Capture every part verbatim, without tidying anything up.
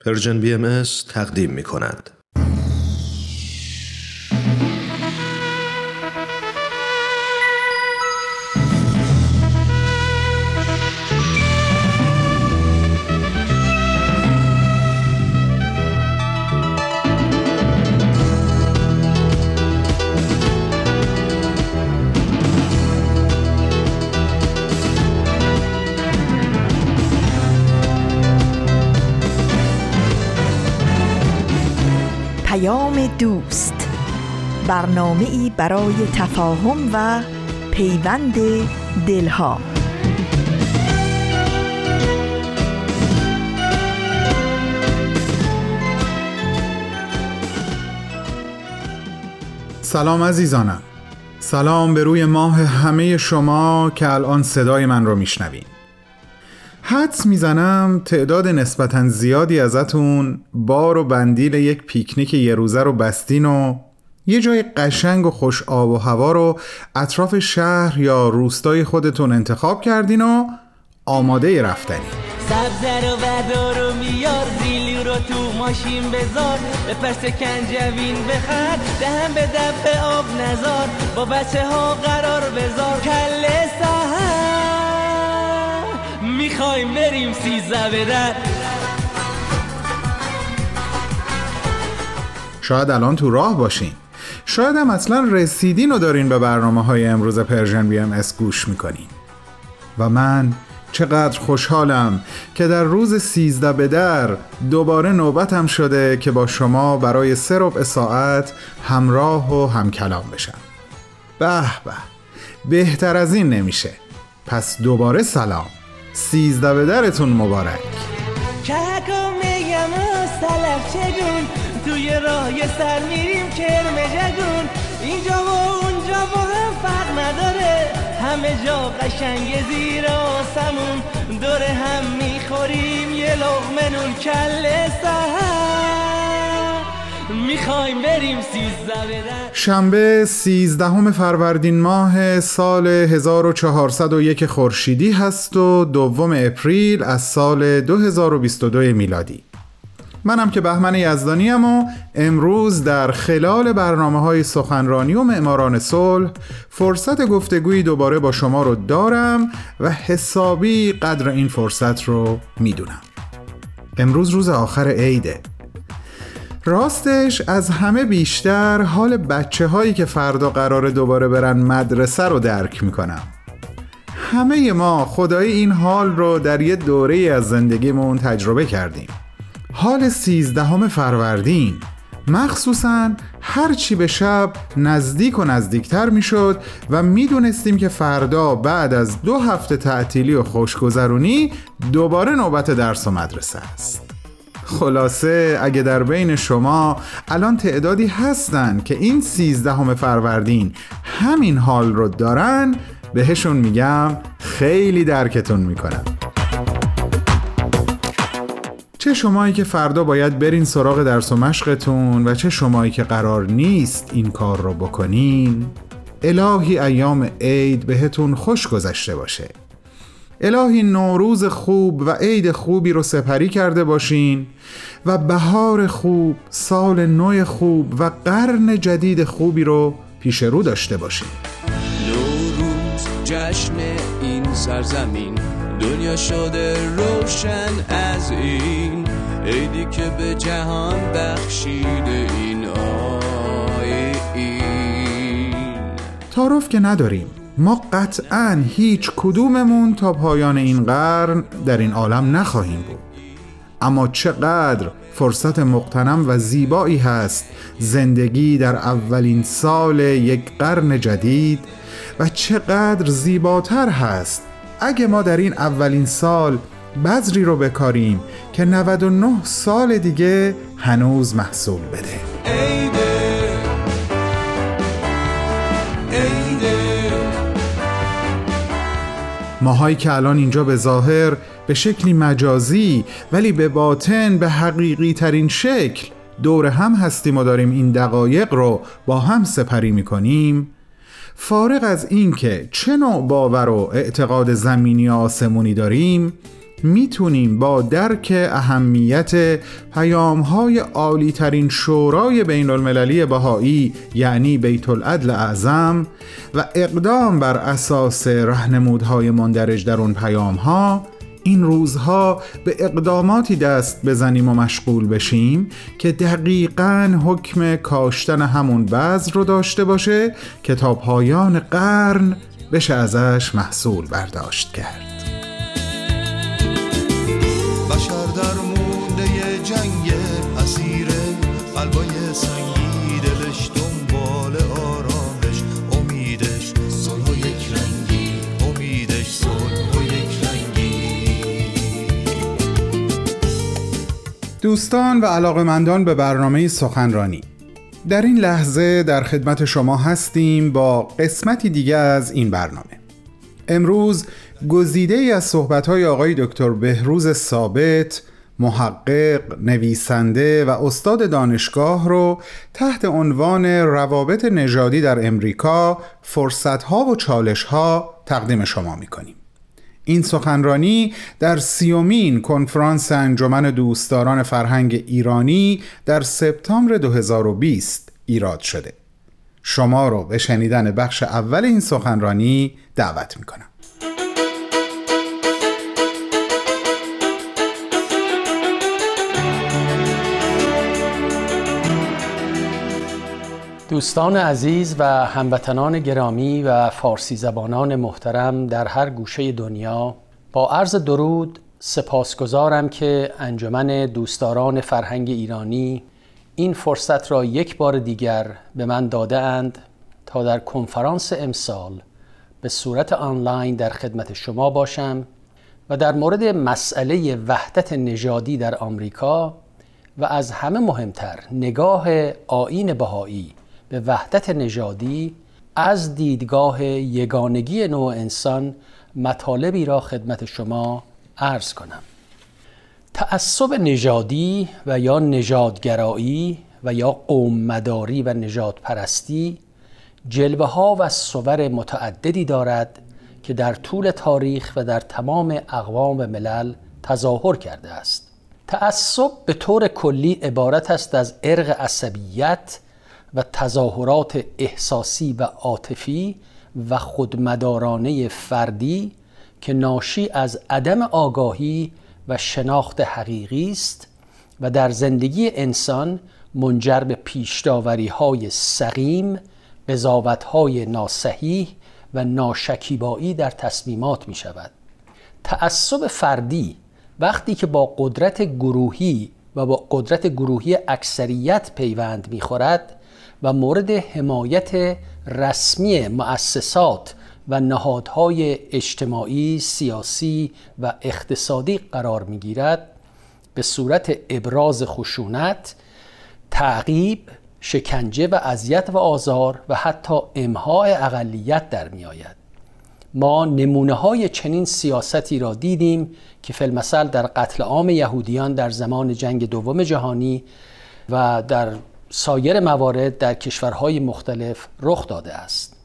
پرژن بی ام اس تقدیم می کند. دوست، برنامه‌ای برای تفاهم و پیوند دلها. سلام عزیزانم، سلام به روی ماه همه شما که الان صدای من رو میشنوین. حدس میزنم تعداد نسبتاً زیادی ازتون بار و بندیل یک پیکنیک یه روزه رو بستین و یه جای قشنگ و خوش آب و هوا رو اطراف شهر یا روستای خودتون انتخاب کردین و آماده رفتنی. سبزه رو بردار و میار، زیلی رو تو ماشین بذار، به پرس کنجوین بخر، دهم به دفع آب نزار، با بچه ها قرار بذار، کله سهر میخوایم بریم سیزده به در. شاید الان تو راه باشین، شاید هم اصلا رسیدین و دارین به برنامه های امروز پرژن بی ام اس گوش میکنین. و من چقدر خوشحالم که در روز سیزده به در دوباره نوبتم شده که با شما برای سه ربع ساعت همراه و همکلام بشم. به به، بهتر از این نمیشه. پس دوباره سلام، سیزده به درتون مبارک. کهکو میگم و سلف چگون، توی راه یه سر میریم کرم جگون، اینجا و اونجا با هم فرق نداره، همه جا قشنگ زیر آسمون، دور هم میخوریم یه لقمه نون، کله سهر میخوایم بریم سیزده به در. شنبه سیزدهم فروردین ماه سال هزار و چهارصد و یک خورشیدی هست و دوم اپریل از سال دو هزار و بیست و دو میلادی. منم که بهمن یزدانیم و امروز در خلال برنامه‌های سخنرانی و معماران صلح فرصت گفتگویی دوباره با شما رو دارم و حسابی قدر این فرصت رو میدونم. امروز روز آخر عیده. راستش از همه بیشتر حال بچه هایی که فردا قراره دوباره برن مدرسه رو درک میکنم. همه ما خدای این حال رو در یه دوره از زندگیمون تجربه کردیم. حال سیزدهم فروردین، مخصوصاً هرچی به شب نزدیک و نزدیکتر میشد و میدونستیم که فردا بعد از دو هفته تعطیلی و خوشگذرونی دوباره نوبت درس و مدرسه است. خلاصه اگه در بین شما الان تعدادی هستن که این سیزدهم فروردین همین حال رو دارن، بهشون میگم خیلی درکتون میکنم. چه شمایی که فردا باید برین سراغ درس و مشقتون و چه شمایی که قرار نیست این کار رو بکنین، الهی ایام عید بهتون خوش گذشته باشه. الهی نوروز خوب و عید خوبی رو سپری کرده باشین و بهار خوب، سال نو خوب و قرن جدید خوبی رو پیش رو داشته باشین. نوروز جشن این سرزمین، دنیا شده روشن از این عیدی که به جهان بخشیده این آیین. تعارف که نداریم، ما قطعاً هیچ کدوممون تا پایان این قرن در این عالم نخواهیم بود. اما چقدر فرصت مغتنم و زیبایی هست زندگی در اولین سال یک قرن جدید و چقدر زیباتر هست اگه ما در این اولین سال بذری رو بکاریم که نود و نه سال دیگه هنوز محصول بده. عیده عیده ماهایی که الان اینجا به ظاهر به شکلی مجازی ولی به باطن به حقیقی ترین شکل دور هم هستیم و داریم این دقایق رو با هم سپری میکنیم، فارغ از این که چه نوع باور و اعتقاد زمینی و آسمونی داریم، میتونیم با درک اهمیت پیام‌های عالی‌ترین شورای بین المللی بهایی یعنی بیت العدل اعظم و اقدام بر اساس راهنمودهای مندرج در اون پیام‌ها این روزها به اقداماتی دست بزنیم و مشغول بشیم که دقیقاً حکم کاشتن همون بذر رو داشته باشه که تا پایان قرن بشه ازش محصول برداشت کرد. بشر در مونده جنگ اسیر قلبای سنگی، دلش دنبال آرامش، امیدش صلح و یک رنگی، امیدش صلح و یک رنگی. دوستان و علاقه‌مندان به برنامه سخنرانی، در این لحظه در خدمت شما هستیم با قسمتی دیگه از این برنامه. امروز گزیده ای از صحبت‌های آقای دکتر بهروز ثابت، محقق، نویسنده و استاد دانشگاه رو تحت عنوان روابط نژادی در امریکا، فرصت‌ها و چالش‌ها تقدیم شما می‌کنیم. این سخنرانی در سیومین کنفرانس انجمن دوستداران فرهنگ ایرانی در سپتامبر دو هزار و بیست ایراد شده. شما رو به شنیدن بخش اول این سخنرانی دعوت میکنم. دوستان عزیز و هموطنان گرامی و فارسی زبانان محترم در هر گوشه دنیا، با عرض درود سپاسگزارم که انجمن دوستداران فرهنگ ایرانی این فرصت را یک بار دیگر به من داده اند تا در کنفرانس امسال به صورت آنلاین در خدمت شما باشم و در مورد مسئله وحدت نژادی در آمریکا و از همه مهمتر نگاه آیین بهایی به وحدت نژادی از دیدگاه یگانگی نوع انسان مطالبی را خدمت شما عرض کنم. تعصب نژادی و یا نژادگرایی و یا قوم‌مداری و نژاد پرستی جلوه ها و صور متعددی دارد که در طول تاریخ و در تمام اقوام و ملل تظاهر کرده است. تعصب به طور کلی عبارت است از ارق عصبیت و تظاهرات احساسی و عاطفی و خودمدارانه فردی که ناشی از عدم آگاهی و شناخت حقیقی است و در زندگی انسان منجر به پیش‌داوری‌های سقیم، قضاوت‌های ناصحیح و ناشکیبایی در تصمیمات می شود. تعصب فردی وقتی که با قدرت گروهی و با قدرت گروهی اکثریت پیوند می خورد و مورد حمایت رسمی مؤسسات و نهادهای اجتماعی، سیاسی و اقتصادی قرار می گیرد، به صورت ابراز خشونت، تعقیب، شکنجه و اذیت و آزار و حتی امحاء اقلیت در می آید. ما نمونه های چنین سیاستی را دیدیم که فی المثل در قتل عام یهودیان در زمان جنگ دوم جهانی و در سایر موارد در کشورهای مختلف رخ داده است.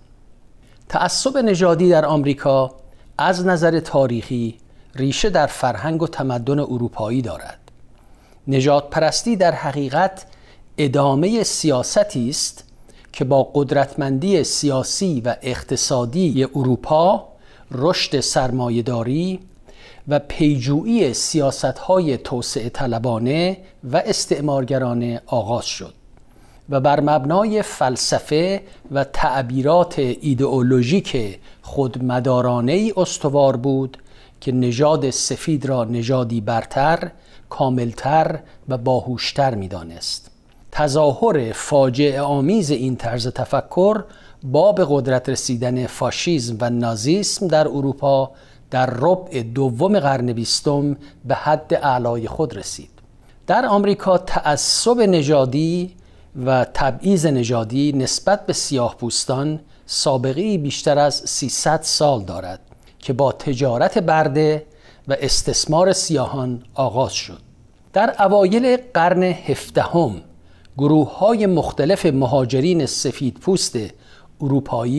تعصب نژادی در آمریکا از نظر تاریخی ریشه در فرهنگ و تمدن اروپایی دارد. نژاد پرستی در حقیقت ادامه سیاستی است که با قدرتمندی سیاسی و اقتصادی اروپا، رشد سرمایه‌داری و پیجویی سیاست‌های توسعه طلبانه و استعمارگرانه آغاز شد و بر مبنای فلسفه و تعبیرات ایدئولوژیک خودمدارانه‌ای استوار بود که نژاد سفید را نژادی برتر، کاملتر و باهوشتر می‌دانست. تظاهر فاجعه آمیز این طرز تفکر با به قدرت رسیدن فاشیسم و نازیسم در اروپا در ربع دوم قرن بیستم به حد اعلای خود رسید. در آمریکا تعصب نژادی و تبعیض نژادی نسبت به سیاه‌پوستان سابقه‌ای بیشتر از سیصد سال دارد که با تجارت برده و استثمار سیاهان آغاز شد. در اوایل قرن هفدهم گروه‌های مختلف مهاجرین سفیدپوست اروپایی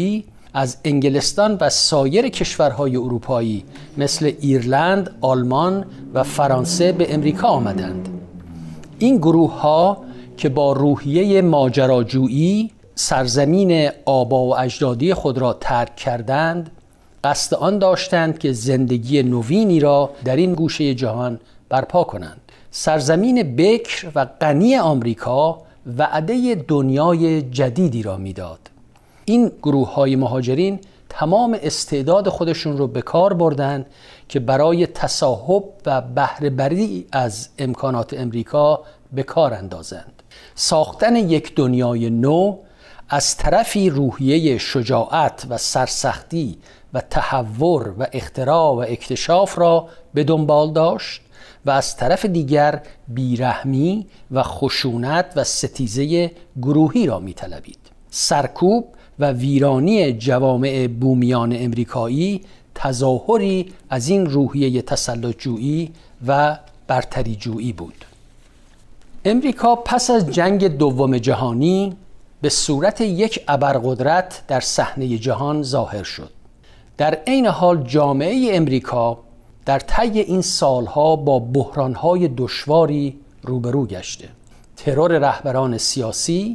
از انگلستان و سایر کشورهای اروپایی مثل ایرلند، آلمان و فرانسه به امریکا آمدند. این گروه ها که با روحیه ماجراجویی سرزمین آبا و اجدادی خود را ترک کردند، قصد آن داشتند که زندگی نوینی را در این گوشه جهان برپا کنند. سرزمین بکر و غنی آمریکا وعده دنیای جدیدی را میداد. این گروه های مهاجرین تمام استعداد خودشون رو به کار بردن که برای تصاحب و بهره بری از امکانات امریکا به کار اندازند. ساختن یک دنیای نو از طرفی روحیه شجاعت و سرسختی و تحور و اختراع و اکتشاف را به دنبال داشت و از طرف دیگر بیرحمی و خشونت و ستیزه گروهی را می‌طلبید. سرکوب و ویرانی جوامع بومیان امریکایی تظاهری از این روحیه تسلط‌جویی و برتری‌جویی بود. امریکا پس از جنگ دوم جهانی به صورت یک ابرقدرت در صحنه جهان ظاهر شد. در عین حال جامعه امریکا در طی این سالها با بحران‌های دشواری روبرو گشته. ترور رهبران سیاسی،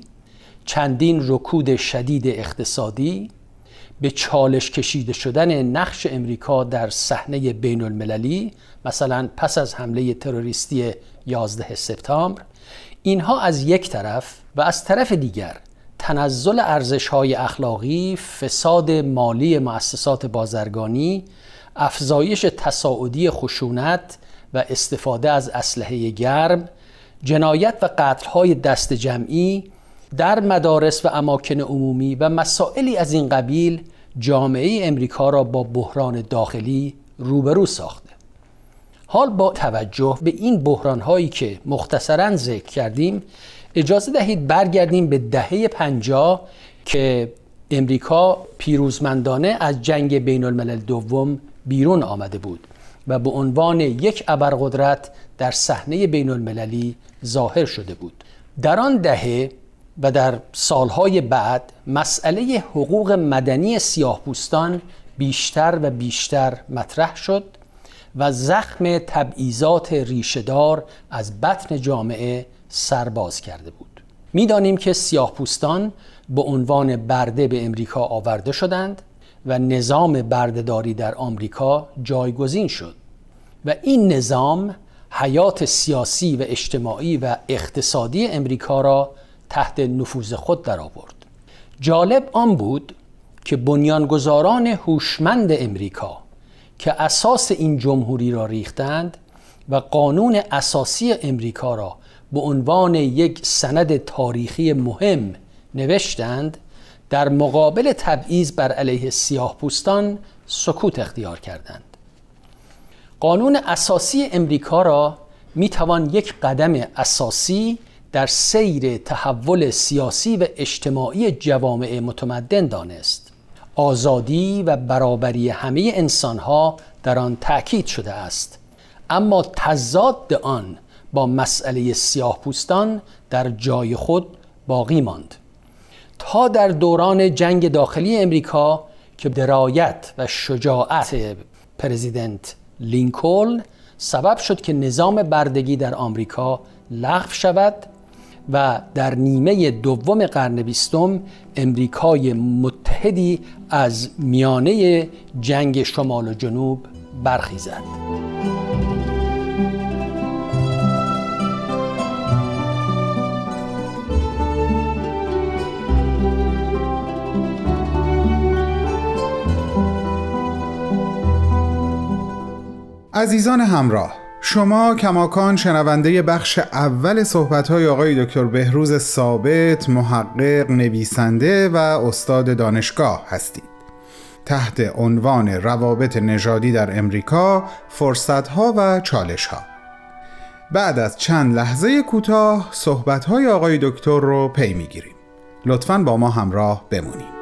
چندین رکود شدید اقتصادی، به چالش کشیده شدن نقش امریکا در صحنه بین المللی، مثلا پس از حمله تروریستی یازده سپتامبر، اینها از یک طرف و از طرف دیگر تنزل ارزش‌های اخلاقی، فساد مالی مؤسسات بازرگانی، افزایش تصاعدی خشونت و استفاده از اسلحه گرم، جنایت و قتل‌های دست جمعی در مدارس و اماکن عمومی و مسائلی از این قبیل جامعه امریکا را با بحران داخلی روبرو ساخته. حال با توجه به این بحران‌هایی که مختصراً ذکر کردیم، اجازه دهید برگردیم به دهه پنجاه که امریکا پیروزمندانه از جنگ بین الملل دوم بیرون آمده بود و به عنوان یک ابرقدرت در صحنه بین المللی ظاهر شده بود. در آن دهه و در سالهای بعد مسئله حقوق مدنی سیاه‌پوستان بیشتر و بیشتر مطرح شد و زخم تبعیضات ریشه‌دار از بطن جامعه سرباز کرده بود. می‌دانیم که سیاه‌پوستان به عنوان برده به امریکا آورده شدند و نظام بردهداری در آمریکا جایگزین شد و این نظام حیات سیاسی و اجتماعی و اقتصادی امریکا را تحت نفوذ خود درآورد. جالب آن بود که بنیانگذاران هوشمند امریکا که اساس این جمهوری را ریختند و قانون اساسی امریکا را به عنوان یک سند تاریخی مهم نوشتند، در مقابل تبعیض بر علیه سیاه‌پوستان سکوت اختیار کردند. قانون اساسی امریکا را میتوان یک قدم اساسی در سیر تحول سیاسی و اجتماعی جوامع متمدن دانست. آزادی و برابری همه انسانها در آن تأکید شده است، اما تضاد آن با مسئله سیاه‌پوستان در جای خود باقی ماند تا در دوران جنگ داخلی امریکا که درایت و شجاعت پرزیدنت لینکلن سبب شد که نظام بردگی در آمریکا لغو شود و در نیمه دوم قرن بیستم امریکای متحدی از میانه جنگ شمال و جنوب برخیزد. عزیزان همراه، شما کماکان شنونده بخش اول صحبت‌های آقای دکتر بهروز ثابت، محقق، نویسنده و استاد دانشگاه هستید تحت عنوان روابط نژادی در امریکا، فرصت‌ها و چالش‌ها. بعد از چند لحظه کوتاه صحبت‌های آقای دکتر رو پی می‌گیریم. لطفاً با ما همراه بمونید.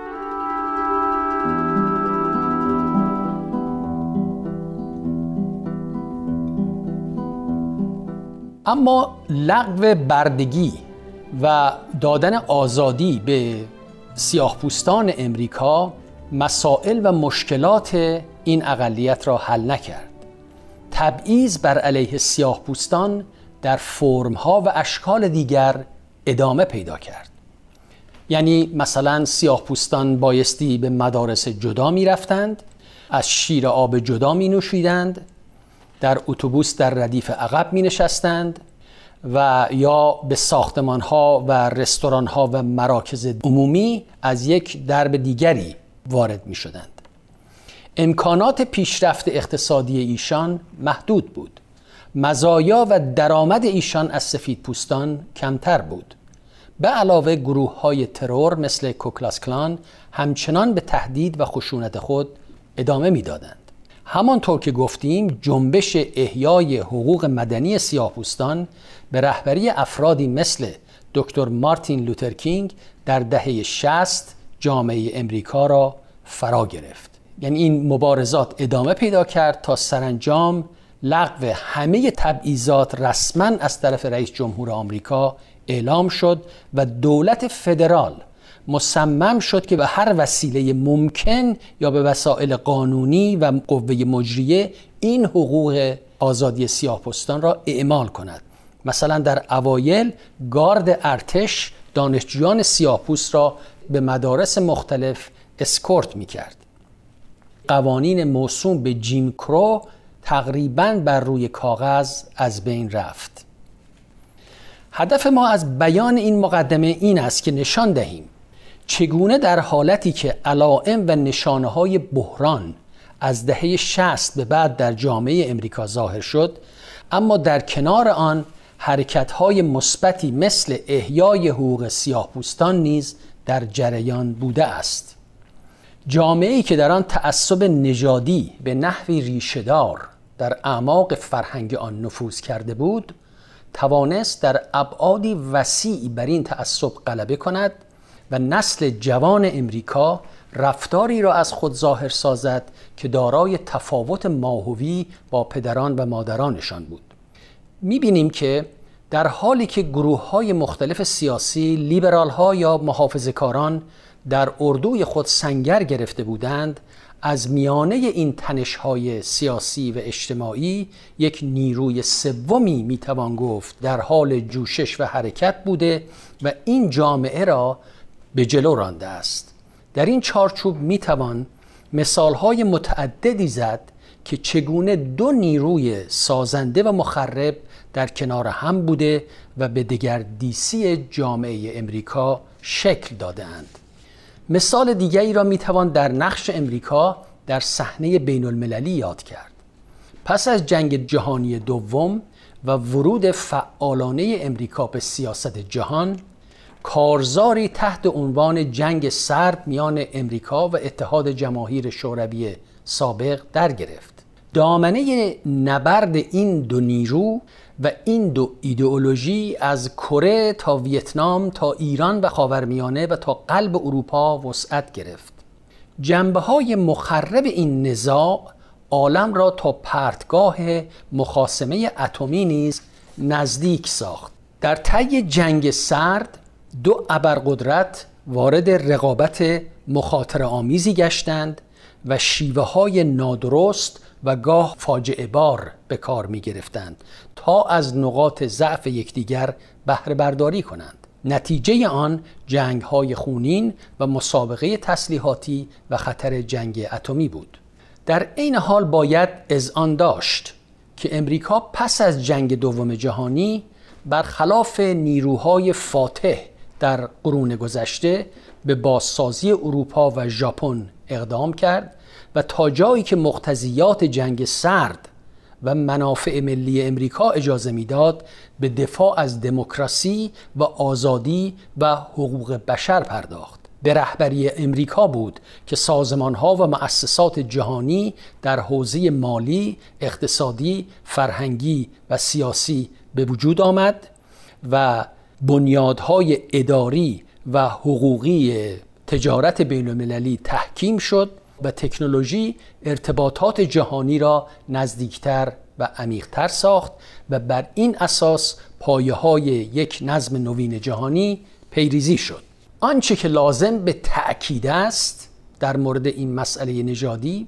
اما لغو بردگی و دادن آزادی به سیاه‌پوستان امریکا مسائل و مشکلات این اقلیت را حل نکرد. تبعیض بر علیه سیاه‌پوستان در فرم‌ها و اشکال دیگر ادامه پیدا کرد. یعنی مثلا سیاه‌پوستان بایستی به مدارس جدا می رفتند، از شیر آب جدا می نوشیدند، در اتوبوس در ردیف عقب می نشستند و یا به ساختمان‌ها و رستوران‌ها و مراکز عمومی از یک درب دیگری وارد می شدند. امکانات پیشرفت اقتصادی ایشان محدود بود. مزایا و درآمد ایشان از سفیدپوستان کمتر بود. به علاوه گروه‌های ترور مثل کوکلاس کلان همچنان به تهدید و خشونت خود ادامه می‌دادند. همانطور که گفتیم، جنبش احیای حقوق مدنی سیاه‌پوستان به رهبری افرادی مثل دکتر مارتین لوترکینگ در دهه شصت جامعه امریکا را فرا گرفت. یعنی این مبارزات ادامه پیدا کرد تا سرانجام لغو همه تبعیضات رسما از طرف رئیس جمهور آمریکا اعلام شد و دولت فدرال مصمم شد که به هر وسیله ممکن یا به وسایل قانونی و قوه مجریه این حقوق آزادی سیاه‌پوستان را اعمال کند. مثلا در اوایل گارد ارتش دانشجویان سیاه‌پوست را به مدارس مختلف اسکورت می‌کرد. قوانین موسوم به جیم کرو تقریباً بر روی کاغذ از بین رفت. هدف ما از بیان این مقدمه این است که نشان دهیم چگونه در حالتی که علائم و نشانه‌های بحران از دهه شصت به بعد در جامعه امریکا ظاهر شد، اما در کنار آن حرکت‌های مثبتی مثل احیای حقوق سیاه‌پوستان نیز در جریان بوده است. جامعه‌ای که در آن تعصب نژادی به نحوی ریشه‌دار در اعماق فرهنگ آن نفوذ کرده بود، توانست در ابعادی وسیعی بر این تعصب غلبه کند و نسل جوان امریکا رفتاری را از خود ظاهر سازد که دارای تفاوت ماهوی با پدران و مادرانشان بود. می‌بینیم که در حالی که گروه‌های مختلف سیاسی، لیبرال‌ها یا محافظه‌کاران در اردوی خود سنگر گرفته بودند، از میانه این تنش‌های سیاسی و اجتماعی یک نیروی سومی میتوان گفت در حال جوشش و حرکت بوده و این جامعه را به جلو رانده است. در این چارچوب میتوان مثال‌های متعددی زد که چگونه دو نیروی سازنده و مخرب در کنار هم بوده و به دگردیسی جامعه امریکا شکل داده‌اند. مثال دیگری را میتوان در نقش امریکا در صحنه بین المللی یاد کرد. پس از جنگ جهانی دوم و ورود فعالانه امریکا به سیاست جهان، کارزاری تحت عنوان جنگ سرد میان امریکا و اتحاد جماهیر شوروی سابق در گرفت. دامنه نبرد این دو نیرو و این دو ایدئولوژی از کره تا ویتنام تا ایران و خاورمیانه و تا قلب اروپا وسعت گرفت. جنبه‌های مخرب این نزاع عالم را تا پرتگاه مخاصمه اتمی نیز نزدیک ساخت. در طی جنگ سرد دو ابرقدرت وارد رقابت مخاطره آمیزی گشتند و شیوه‌های نادرست و گاه فاجعه بار به کار می گرفتند تا از نقاط ضعف یکدیگر بهره برداری کنند. نتیجه آن جنگ‌های خونین و مسابقه تسلیحاتی و خطر جنگ اتمی بود. در این حال باید اذعان داشت که امریکا پس از جنگ دوم جهانی برخلاف نیروهای فاتح در قرون گذشته به بازسازی اروپا و ژاپن اقدام کرد و تا جایی که مقتضیات جنگ سرد و منافع ملی امریکا اجازه میداد به دفاع از دموکراسی و آزادی و حقوق بشر پرداخت. به رهبری امریکا بود که سازمان‌ها و مؤسسات جهانی در حوزه مالی، اقتصادی، فرهنگی و سیاسی به وجود آمد و بنیادهای اداری و حقوقی تجارت بین‌المللی تحکیم شد و تکنولوژی ارتباطات جهانی را نزدیکتر و عمیق‌تر ساخت و بر این اساس پایه‌های یک نظم نوین جهانی پیریزی شد. آنچه که لازم به تأکید است در مورد این مسئله نژادی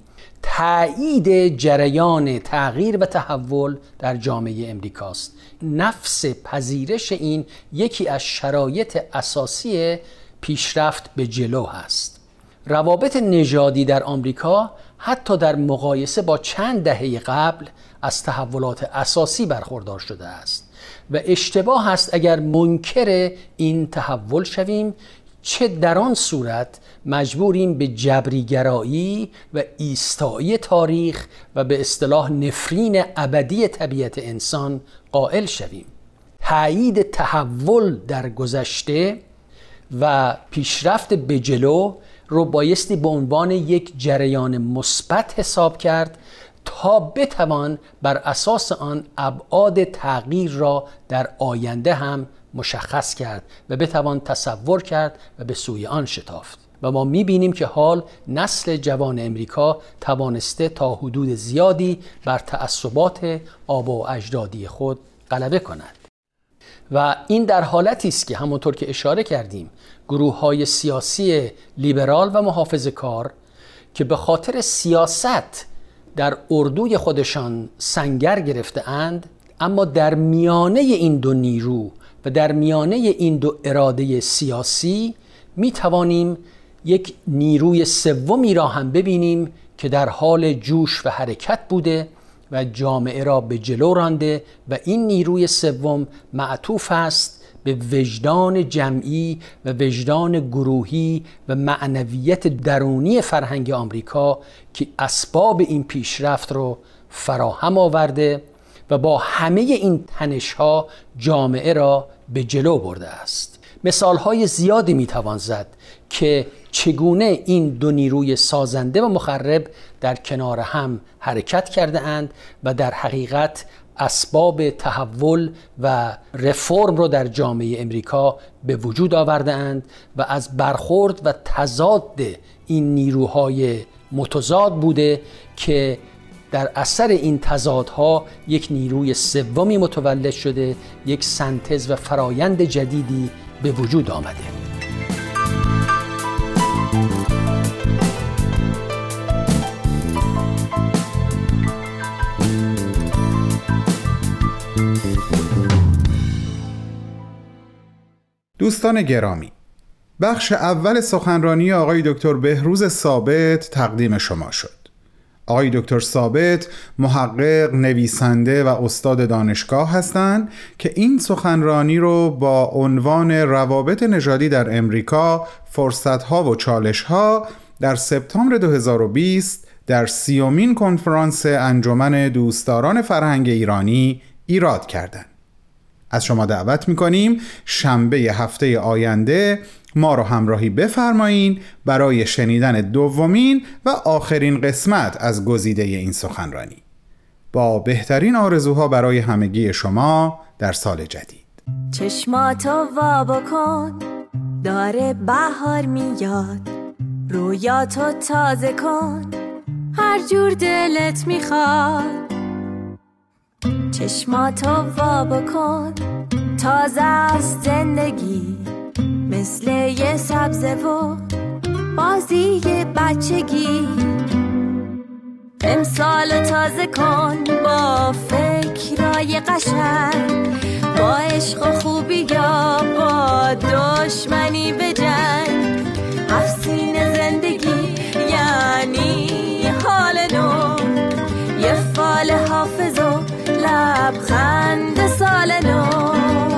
تأیید جریان تغییر و تحول در جامعه امریکاست. نفس پذیرش این یکی از شرایط اساسی پیشرفت به جلو هست. روابط نژادی در آمریکا حتی در مقایسه با چند دهه قبل از تحولات اساسی برخوردار شده است و اشتباه است اگر منکر این تحول شویم، چه در آن صورت مجبوریم به جبریگرایی و ایستایی تاریخ و به اصطلاح نفرین ابدی طبیعت انسان قائل شویم. تأیید تحول در گذشته و پیشرفت به جلو رو بایستی به عنوان یک جریان مثبت حساب کرد تا بتوان بر اساس آن ابعاد تغییر را در آینده هم مشخص کرد و بتوان تصور کرد و به سوی آن شتافت. و ما میبینیم که حال نسل جوان امریکا توانسته تا حدود زیادی بر تعصبات آبا و اجدادی خود غلبه کند و این در حالتی است که همونطور که اشاره کردیم گروه‌های سیاسی لیبرال و محافظه‌کار که به خاطر سیاست در اردوی خودشان سنگر گرفته اند، اما در میانه این دو نیرو و در میانه این دو اراده سیاسی می توانیم یک نیروی سومی را هم ببینیم که در حال جوش و حرکت بوده و جامعه را به جلو رانده و این نیروی سوم معطوف است به وجدان جمعی و وجدان گروهی و معنویت درونی فرهنگ آمریکا که اسباب این پیشرفت رو فراهم آورده و با همه این تنش‌ها جامعه را به جلو برده است. مثال‌های زیادی می‌توان زد که چگونه این دو نیروی سازنده و مخرب در کنار هم حرکت کرده اند و در حقیقت اسباب تحول و رفرم رو در جامعه امریکا به وجود آورده اند و از برخورد و تضاد این نیروهای متضاد بوده که در اثر این تضادها یک نیروی سومی متولد شده، یک سنتز و فرایند جدیدی به وجود آمده. دوستان گرامی، بخش اول سخنرانی آقای دکتر بهروز ثابت تقدیم شما شد. آقای دکتر ثابت محقق، نویسنده و استاد دانشگاه هستند که این سخنرانی رو با عنوان روابط نژادی در امریکا، فرصت‌ها و چالش‌ها در سپتامبر دو هزار و بیست در سیومین کنفرانس انجمن دوستداران فرهنگ ایرانی ایراد کردند. از شما دعوت می‌کنیم شنبه هفته آینده ما رو همراهی بفرمایین برای شنیدن دومین و آخرین قسمت از گزیده این سخنرانی. با بهترین آرزوها برای همگی شما در سال جدید. چشماتو وا بکن، داره بهار میاد، رویاتو تازه کن، هر جور دلت میخواد. چشماتو وا بکن، تازه است زندگی، مثل یه سبزه و بازی بچگی. امسالو تازه کن با فکرای قشنگ، با عشق و خوبی یا با دشمنی به جنگ. حفظین زندگی یعنی حال نو، یه فال حافظ و لبخند سال نو.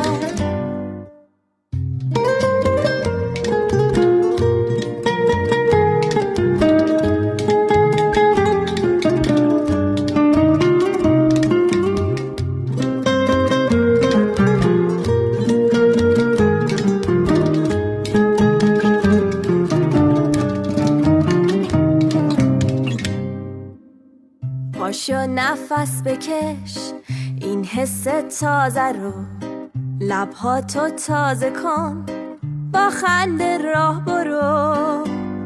پاشو نفس بکش این حس تازه رو، لبهاتو تازه کن، با خنده راه برو.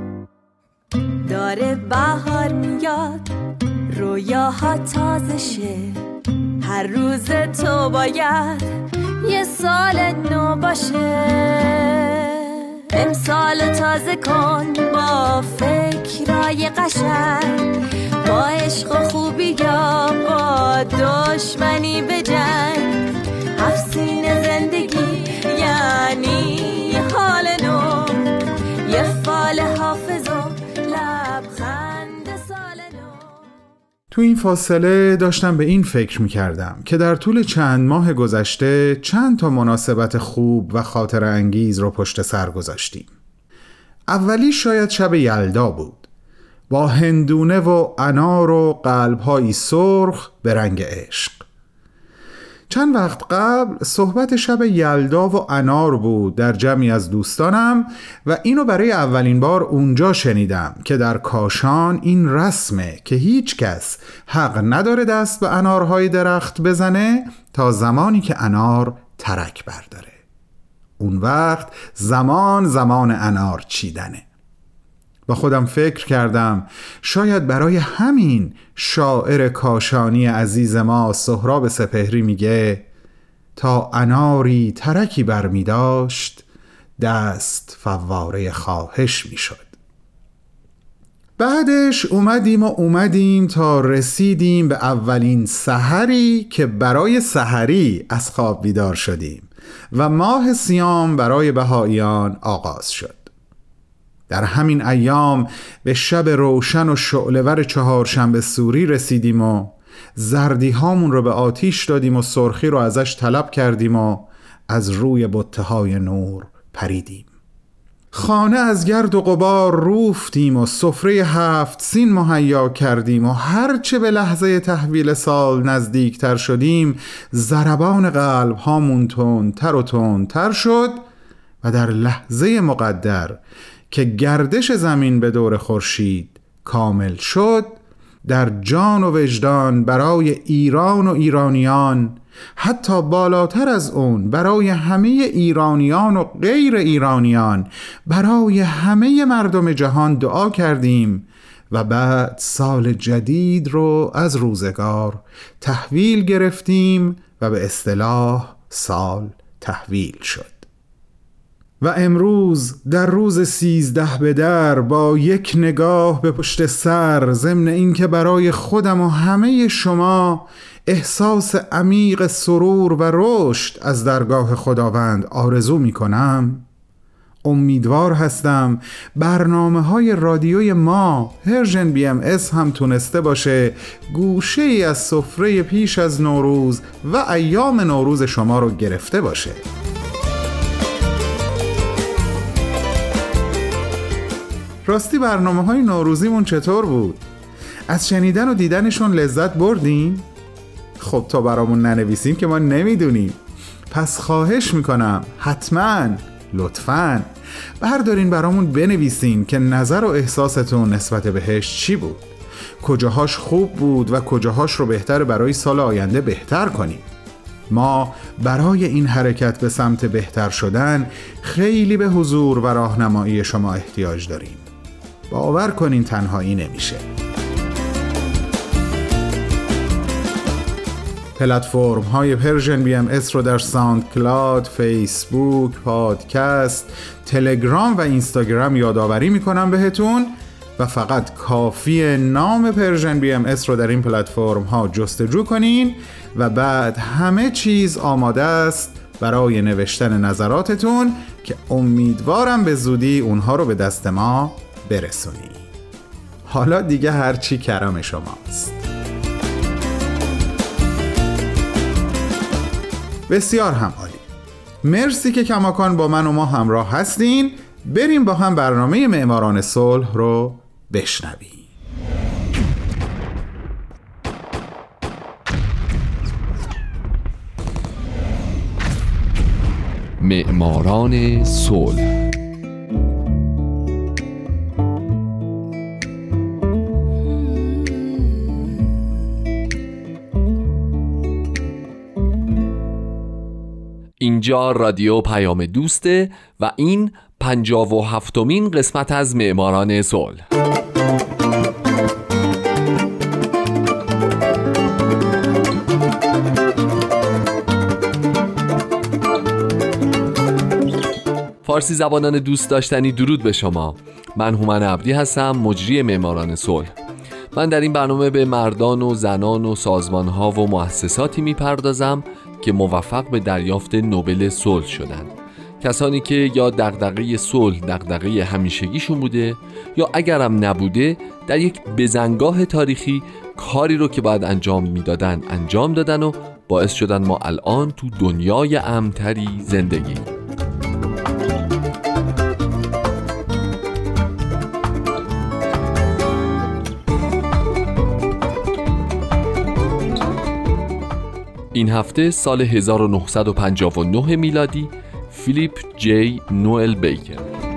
داره بهار میاد، رویاها تازه شه، هر روز تو باید یه سال نو باشه. امسالو تازه کن با فکر فکرای قشنگ، با عشق و خوبی یا با دشمنی به جنگ. هفت سین زندگی یعنی حال نو، یه فال حافظ و لبخند سال نو. تو این فاصله داشتم به این فکر می‌کردم که در طول چند ماه گذشته چند تا مناسبت خوب و خاطره انگیز رو پشت سر گذاشتیم. اولی شاید شب یلدا بود، با هندونه و انار و قلب‌هایی سرخ به رنگ عشق. چند وقت قبل صحبت شب یلدا و انار بود در جمعی از دوستانم و اینو برای اولین بار اونجا شنیدم که در کاشان این رسمه که هیچ کس حق نداره دست به انارهای درخت بزنه تا زمانی که انار ترک برداره. اون وقت زمان زمان انار چیدنه. با خودم فکر کردم شاید برای همین شاعر کاشانی عزیز ما سهراب سپهری میگه تا اناری ترکی برمی داشت دست فواره خواهش میشد. بعدش اومدیم و اومدیم تا رسیدیم به اولین سحری که برای سحری از خواب بیدار شدیم و ماه صیام برای بهائیان آغاز شد. در همین ایام به شب روشن و شعله‌ور چهارشنبه سوری رسیدیم و زردی هامون رو به آتیش دادیم و سرخی رو ازش طلب کردیم و از روی بته‌های نور پریدیم. خانه از گرد و غبار روفتیم و سفره هفت سین مهیا کردیم و هرچه به لحظه تحویل سال نزدیکتر شدیم ضربان قلب هامون تندتر و تندتر شد و در لحظه مقدر که گردش زمین به دور خورشید کامل شد در جان و وجدان برای ایران و ایرانیان، حتی بالاتر از اون برای همه ایرانیان و غیر ایرانیان، برای همه مردم جهان دعا کردیم و بعد سال جدید رو از روزگار تحویل گرفتیم و به اصطلاح سال تحویل شد. و امروز در روز سیزده به در با یک نگاه به پشت سر، ضمن این که برای خودم و همه شما احساس عمیق سرور و رشد از درگاه خداوند آرزو می کنم، امیدوار هستم برنامه های رادیوی ما پرژن بی ام اس هم تونسته باشه گوشه ای از سفره پیش از نوروز و ایام نوروز شما رو گرفته باشه. راستی برنامه های نوروزیمون چطور بود؟ از شنیدن و دیدنشون لذت بردین؟ خب تا برامون ننویسیم که ما نمیدونیم. پس خواهش میکنم حتما لطفاً بردارین برامون بنویسین که نظر و احساستون نسبت بهش چی بود، کجاهاش خوب بود و کجاهاش رو بهتر برای سال آینده بهتر کنیم. ما برای این حرکت به سمت بهتر شدن خیلی به حضور و راهنمایی شما احتیاج داریم. باور کنین تنهایی نمیشه. پلتفرم های پرژن بی ام اس رو در ساوند کلاود، فیسبوک، پادکست، تلگرام و اینستاگرام یادآوری میکنم بهتون و فقط کافیه نام پرژن بی ام اس رو در این پلتفرم ها جستجو کنین و بعد همه چیز آماده است برای نوشتن نظراتتون که امیدوارم به زودی اونها رو به دست ما برسونی. حالا دیگه هرچی کرم شماست. بسیار هم عالی. مرسی که کماکان با من و ما همراه هستین. بریم با هم برنامه معماران صلح رو بشنویم. معماران صلح. اینجا رادیو پیام دوسته و این پنجاه و هفتمین قسمت از معماران صلح. فارسی زبانان دوست داشتنی، درود به شما. من هومن عبدی هستم، مجری معماران صلح. من در این برنامه به مردان و زنان و سازمان‌ها و مؤسساتی می‌پردازم که موفق به دریافت نوبل صلح شدند. کسانی که یا دغدغه صلح دغدغه همیشگیشون بوده یا اگرم نبوده، در یک بزنگاه تاریخی کاری رو که باید انجام میدادن انجام دادن و باعث شدن ما الان تو دنیای امن‌تری زندگی. این هفته سال هزار و نهصد و پنجاه و نه میلادی، فیلیپ جی نوئل بیکر.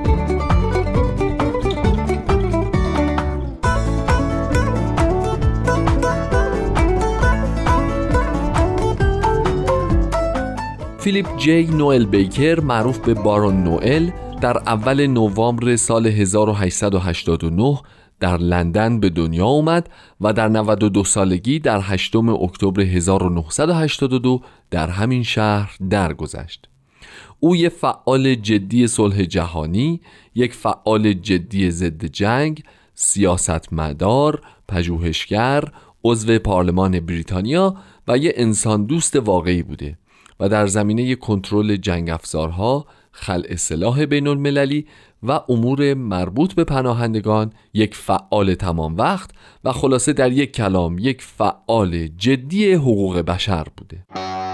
فیلیپ جی نوئل بیکر، معروف به بارون نوئل، در اول نوامبر سال هزار و هشتصد و هشتاد و نه در لندن به دنیا اومد و در نود و دو سالگی در هشتم اکتبر هزار و نهصد و هشتاد و دو در همین شهر درگذشت. او یک فعال جدی صلح جهانی، یک فعال جدی ضد جنگ، سیاستمدار، پژوهشگر، عضو پارلمان بریتانیا و یک انسان دوست واقعی بوده و در زمینه کنترل جنگ افزارها، خلع سلاح بین المللی و امور مربوط به پناهندگان یک فعال تمام وقت و خلاصه در یک کلام یک فعال جدی حقوق بشر بوده.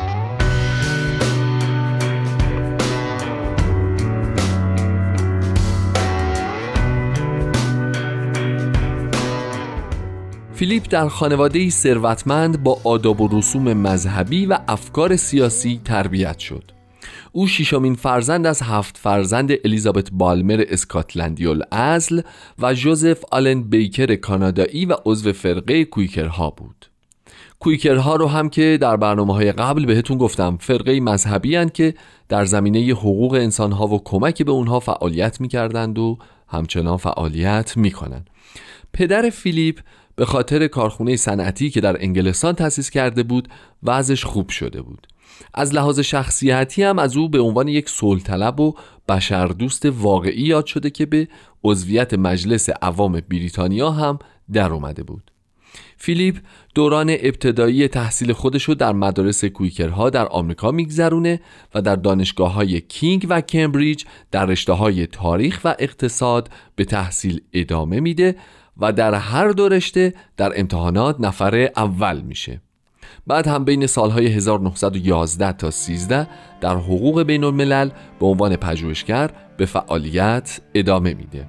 فیلیپ در خانواده‌ای ثروتمند با آداب و رسوم مذهبی و افکار سیاسی تربیت شد. او ششمین فرزند از هفت فرزند الیزابت بالمر اسکاتلندی الاصل و جوزف آلن بیکر کانادایی و عضو فرقه کویکرها بود. کویکرها رو هم که در برنامه‌های قبل بهتون گفتم، فرقه مذهبی هستند که در زمینه حقوق انسان‌ها و کمک به اونها فعالیت می‌کردند و همچنان فعالیت می‌کنند. پدر فیلیپ به خاطر کارخونه صنعتی که در انگلستان تأسیس کرده بود وضعش خوب شده بود. از لحاظ شخصیتی هم از او به عنوان یک صلح طلب و بشردوست واقعی یاد شده که به عضویت مجلس عوام بریتانیا هم در اومده بود. فیلیپ دوران ابتدایی تحصیل خودش رو در مدارس کویکرها در آمریکا میگذرونه و در دانشگاه‌های کینگ و کمبریج در رشته‌های تاریخ و اقتصاد به تحصیل ادامه میده و در هر دو رشته در امتحانات نفر اول میشه. بعد هم بین سالهای هزار و نهصد و یازده تا سیزده در حقوق بین الملل به عنوان پژوهشگر به فعالیت ادامه میده.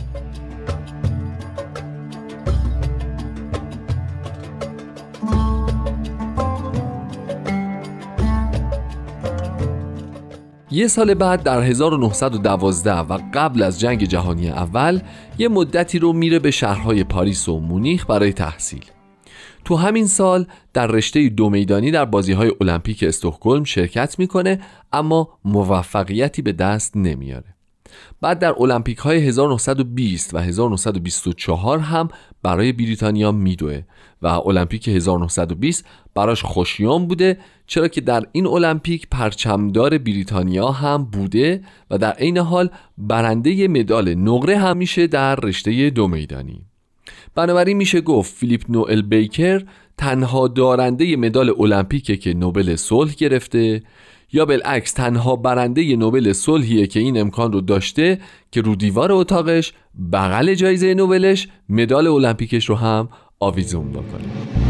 یه سال بعد در هزار و نهصد و دوازده و قبل از جنگ جهانی اول یه مدتی رو میره به شهرهای پاریس و مونیخ برای تحصیل. تو همین سال در رشته دو میدانی در بازی‌های المپیک استکهلم شرکت میکنه اما موفقیتی به دست نمیاره. بعد در المپیک‌های هزار و نهصد و بیست و هزار و نهصد و بیست و چهار هم برای بریتانیا میدوه و المپیک هزار و نهصد و بیست براش خوشیوم بوده، چرا که در این المپیک پرچمدار بریتانیا هم بوده و در عین حال برنده مدال نقره هم میشه در رشته دو میدانی. بنابراین میشه گفت فیلیپ نوئل بیکر تنها دارنده مدال المپیکه که نوبل صلح گرفته، یا بالعکس تنها برنده نوبل صلحیه که این امکان رو داشته که رو دیوار اتاقش بغل جایزه نوبلش مدال المپیکش رو هم آویزون بکنه.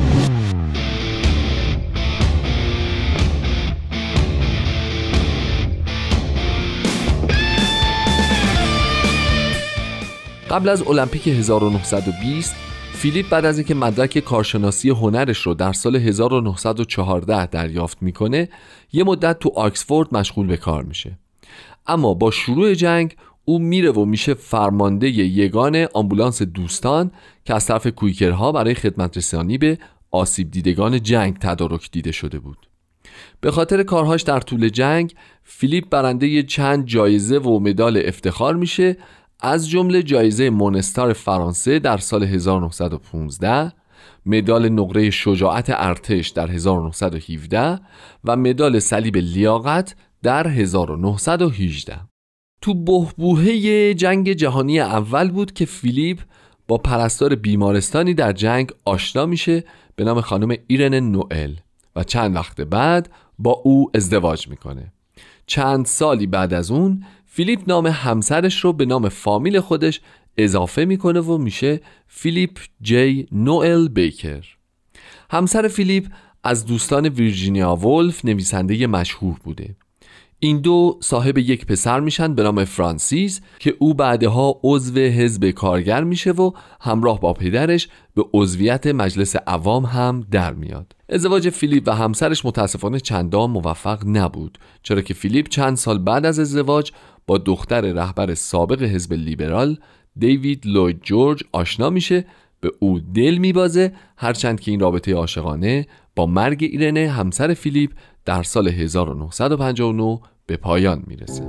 قبل از المپیک هزار و نهصد و بیست فیلیپ بعد از اینکه مدرک کارشناسی هنرش رو در سال هزار و نهصد و چهارده دریافت میکنه یه مدت تو آکسفورد مشغول به کار میشه. اما با شروع جنگ او میره و میشه فرمانده یگان آمبولانس دوستان که از طرف کویکرها برای خدمت رسانی به آسیب دیدگان جنگ تدارک دیده شده بود. به خاطر کارهاش در طول جنگ فیلیپ برنده چند جایزه و مدال افتخار میشه، از جمله جایزه مونستار فرانسه در سال هزار و نهصد و پانزده، مدال نقره شجاعت ارتش در هزار و نهصد و هفده و مدال صلیب لیاقت در هزار و نهصد و هجده. تو بحبوحه جنگ جهانی اول بود که فیلیپ با پرستار بیمارستانی در جنگ آشنا میشه به نام خانم ایرن نوئل و چند وقت بعد با او ازدواج میکنه. چند سالی بعد از اون فیلیپ نام همسرش رو به نام فامیل خودش اضافه میکنه و میشه فیلیپ جی نوئل بیکر. همسر فیلیپ از دوستان ویرجینیا وولف نویسنده مشهور بوده. این دو صاحب یک پسر میشن به نام فرانسیس که او بعدها عضو حزب کارگر میشه و همراه با پدرش به عضویت مجلس عوام هم در میاد. ازدواج فیلیپ و همسرش متاسفانه چندان موفق نبود، چرا که فیلیپ چند سال بعد از ازدواج با دختر رهبر سابق حزب لیبرال دیوید لوید جورج آشنا میشه، به او دل میبازه، هرچند که این رابطه عاشقانه با مرگ ایرنه همسر فیلیپ در سال هزار و نهصد و پنجاه و نه به پایان میرسه.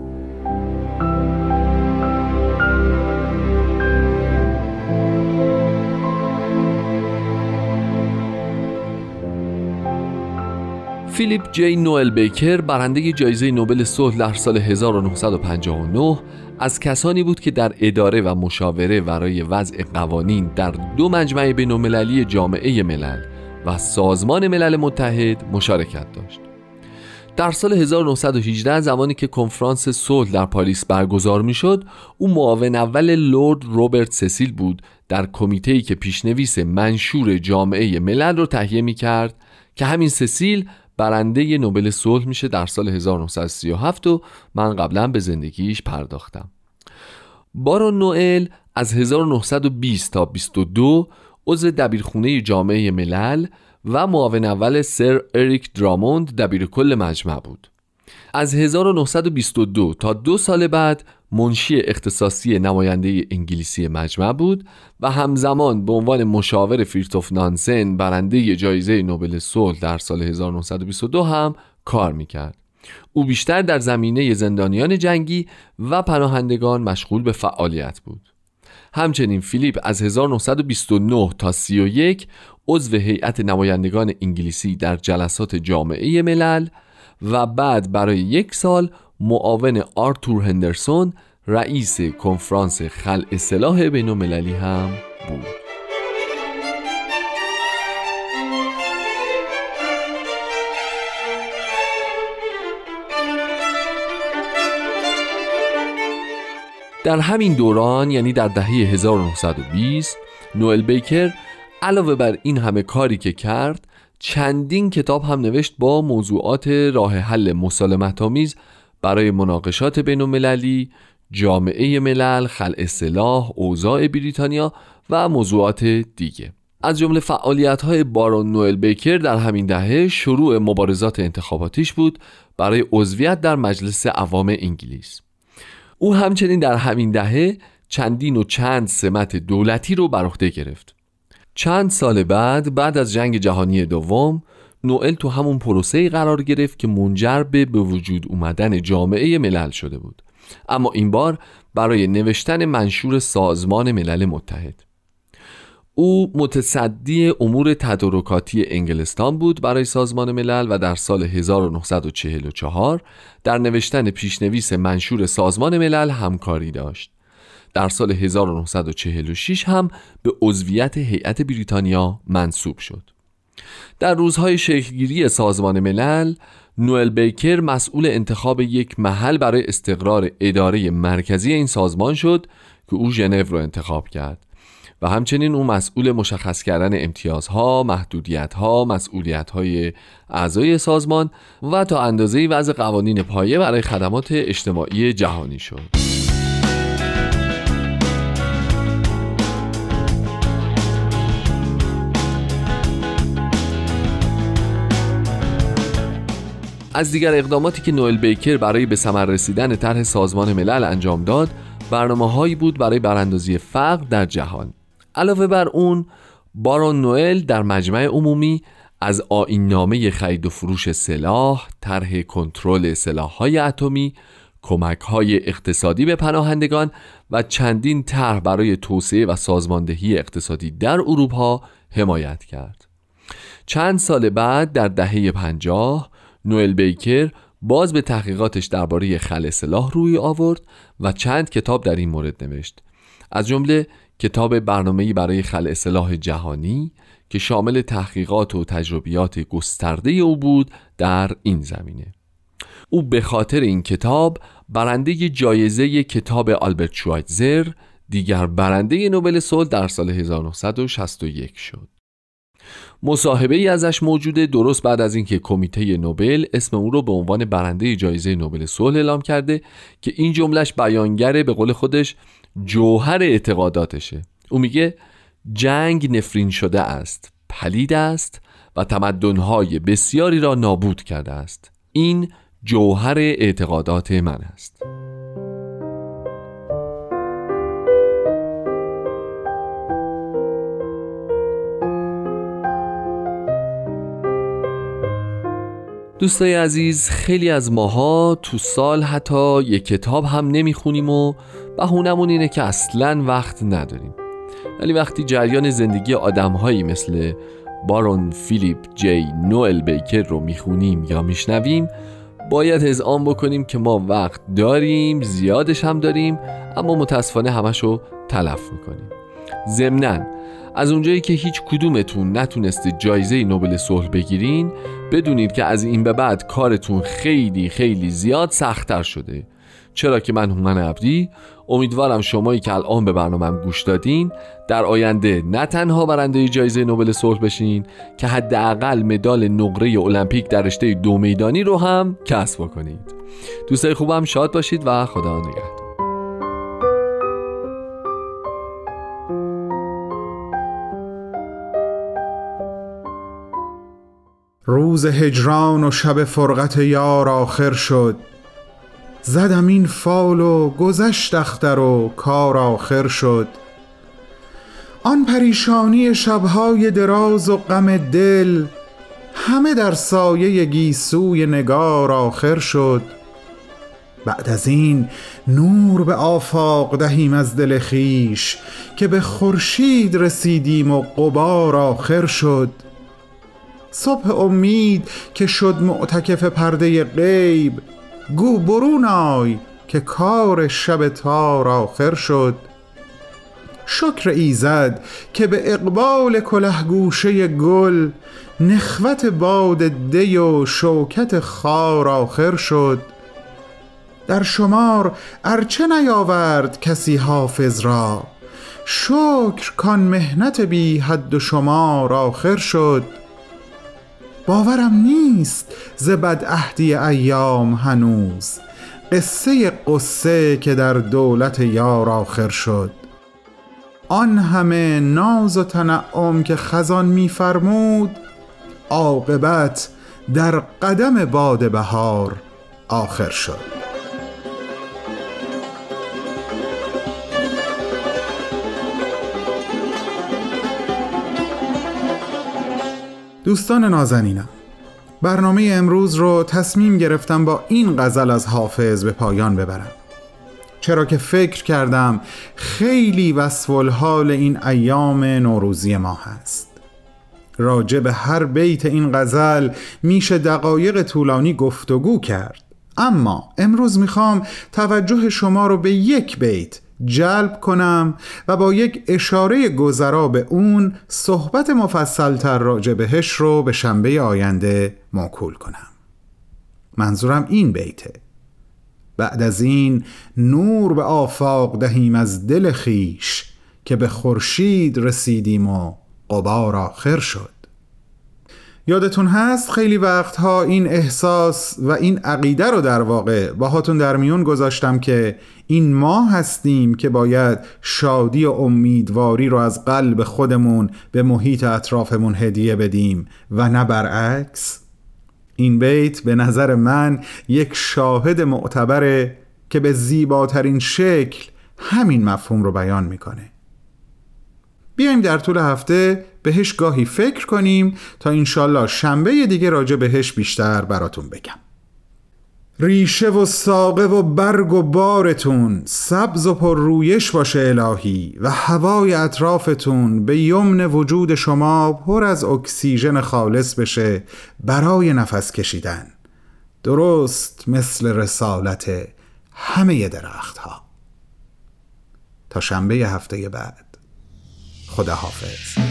فیلیپ جی نوئل بیکر برنده جایزه نوبل صلح در سال هزار و نهصد و پنجاه و نه از کسانی بود که در اداره و مشاوره برای وضع قوانین در دو مجمع بین‌المللی جامعه ملل و سازمان ملل متحد مشارکت داشت. در سال هزار و نهصد و هجده زمانی که کنفرانس صلح در پاریس برگزار میشد، او معاون اول لرد روبرت سسیل بود در کمیته‌ای که پیشنویس منشور جامعه ملل رو تهیه می‌کرد که همین سسیل برنده نوبل صلح میشه در سال هزار و نهصد و سی و هفت و من قبلا به زندگیش پرداختم. بارون نوئل از هزار و نهصد و بیست تا بیست و دو عضو دبیرخونه جامعه ملل و معاون اول سر اریک دراموند دبیر کل مجمع بود. از هزار و نهصد و بیست و دو تا دو سال بعد منشی اختصاصی نماینده انگلیسی مجمع بود و همزمان به عنوان مشاور فریدریف نانسن برنده جایزه نوبل صلح در سال هزار و نهصد و بیست و دو هم کار میکرد. او بیشتر در زمینه زندانیان جنگی و پناهندگان مشغول به فعالیت بود. همچنین فیلیپ از هزار و نهصد و بیست و نه تا سی و یک عضو هیئت نمایندگان انگلیسی در جلسات جامعه ملل و بعد برای یک سال معاون آرتور هندرسون رئیس کنفرانس خلع سلاح بین‌المللی هم بود. در همین دوران، یعنی در دهه هزار و نهصد و بیست، نوئل بیکر علاوه بر این همه کاری که کرد، چندین کتاب هم نوشت با موضوعات راه حل مسالمت‌آمیز برای مناقشات بین‌المللی، جامعه ملل، خلع سلاح، اوضاع بریتانیا و موضوعات دیگه. از جمله فعالیت‌های بارون نوئل بیکر در همین دهه شروع مبارزات انتخاباتیش بود برای عضویت در مجلس عوام انگلیس. او همچنین در همین دهه چندین و چند سمت دولتی رو بر عهده گرفت. چند سال بعد بعد از جنگ جهانی دوم، نوئل تو همون پروسه‌ای قرار گرفت که منجر به به وجود اومدن جامعه ملل شده بود، اما این بار برای نوشتن منشور سازمان ملل متحد. او متصدی امور تدارکاتی انگلستان بود برای سازمان ملل و در سال هزار و نهصد و چهل و چهار در نوشتن پیشنویس منشور سازمان ملل همکاری داشت. در سال هزار و نهصد و چهل و شش هم به عضویت هیئت بریتانیا منصوب شد. در روزهای شکلگیری سازمان ملل، نوئل بیکر مسئول انتخاب یک محل برای استقرار اداره مرکزی این سازمان شد که او ژنو را انتخاب کرد و همچنین او مسئول مشخص کردن امتیازها، محدودیتها، مسئولیت‌های اعضای سازمان و تا اندازه‌ای وضع قوانین پایه برای خدمات اجتماعی جهانی شد. از دیگر اقداماتی که نوئل بیکر برای به ثمر رسیدن طرح سازمان ملل انجام داد، برنامه‌هایی بود برای براندازی فقر در جهان. علاوه بر اون، بارون نوئل در مجمع عمومی از آیین‌نامه خرید و فروش سلاح، طرح کنترل سلاح‌های اتمی، کمک‌های اقتصادی به پناهندگان و چندین طرح برای توسعه و سازماندهی اقتصادی در اروپا حمایت کرد. چند سال بعد در دهه پنجاه نوئل بیکر باز به تحقیقاتش درباره خلع سلاح روی آورد و چند کتاب در این مورد نوشت، از جمله کتاب برنامه‌ای برای خلع سلاح جهانی که شامل تحقیقات و تجربیات گسترده او بود در این زمینه. او به خاطر این کتاب برنده جایزه کتاب آلبرت شوایتزر، دیگر برنده نوبل صلح در سال هزار و نهصد و شصت و یک شد. مصاحبه ای ازش موجوده درست بعد از اینکه کمیته نوبل اسم او رو به عنوان برنده جایزه نوبل صلح اعلام کرده که این جملهش بیانگر به قول خودش جوهر اعتقاداتشه. او میگه جنگ نفرین شده است، پلید است و تمدن‌های بسیاری را نابود کرده است. این جوهر اعتقادات من است. دوستای عزیز، خیلی از ماها تو سال حتی یک کتاب هم نمیخونیم و بهونمون اینه که اصلاً وقت نداریم. ولی وقتی جریان زندگی آدم‌هایی مثل بارون فیلیپ جی نوئل بیکر رو میخونیم یا میشنویم، باید اذعان بکنیم که ما وقت داریم، زیادش هم داریم، اما متاسفانه همشو تلف میکنیم. ضمناً از اونجایی که هیچ کدومتون نتونسته جایزه نوبل صلح بگیرین، بدونید که از این به بعد کارتون خیلی خیلی زیاد سخت‌تر شده. چرا که من هومن عبدی امیدوارم شمایی که الان به برنامه‌ام گوش دادین در آینده نه تنها برنده جایزه نوبل صلح بشین که حداقل مدال نقره المپیک در رشته دو میدانی رو هم کسب کنید. دوستای خوبم شاد باشید و خدا نگهدار. روز هجران و شب فرقت یار آخر شد، زدم این فال و گذشت اختر و کار آخر شد. آن پریشانی شبهای دراز و غم دل، همه در سایه گیسوی نگار آخر شد. بعد از این نور به آفاق دهیم از دل خیش، که به خورشید رسیدیم و غبار آخر شد. صبح امید که شد معتکف پرده غیب، گو برون آی که کار شب تار آخر شد. شکر ایزد که به اقبال کله گوشه گل، نخوت باد دی و شوکت خار آخر شد. در شمار ارچه نیاورد کسی حافظ را، شکر کان مهنت بی حد و شمار آخر شد. باورم نیست ز بدعهدی ایام هنوز، قصه قصه که در دولت یار آخر شد. آن همه ناز و تنعم که خزان می‌فرمود، عاقبت در قدم باد بهار آخر شد. دوستان نازنینم، برنامه امروز رو تصمیم گرفتم با این غزل از حافظ به پایان ببرم، چرا که فکر کردم خیلی وصف الحال این ایام نوروزی ما هست. راجع به هر بیت این غزل میشه دقایق طولانی گفتگو کرد، اما امروز میخوام توجه شما رو به یک بیت جلب کنم و با یک اشاره گذرا به اون صحبت مفصل‌تر راجع بهش رو به شنبه آینده موکول کنم. منظورم این بیته: بعد از این نور به آفاق دهیم از دل خیش، که به خورشید رسیدیم و غبار آخر شد. یادتون هست خیلی وقتها این احساس و این عقیده رو در واقع باهاتون در میون گذاشتم که این ما هستیم که باید شادی و امیدواری رو از قلب خودمون به محیط اطرافمون هدیه بدیم و نه برعکس. این بیت به نظر من یک شاهد معتبره که به زیباترین شکل همین مفهوم رو بیان میکنه. بیایم در طول هفته بهش گاهی فکر کنیم تا انشالله شنبه دیگه راجع بهش بیشتر براتون بگم. ریشه و ساقه و برگ و بارتون سبز و پر رویش باشه الهی، و هوای اطرافتون به یمن وجود شما پر از اکسیژن خالص بشه برای نفس کشیدن. درست مثل رسالت همه درخت ها. تا شنبه هفته بعد، خدا حافظ.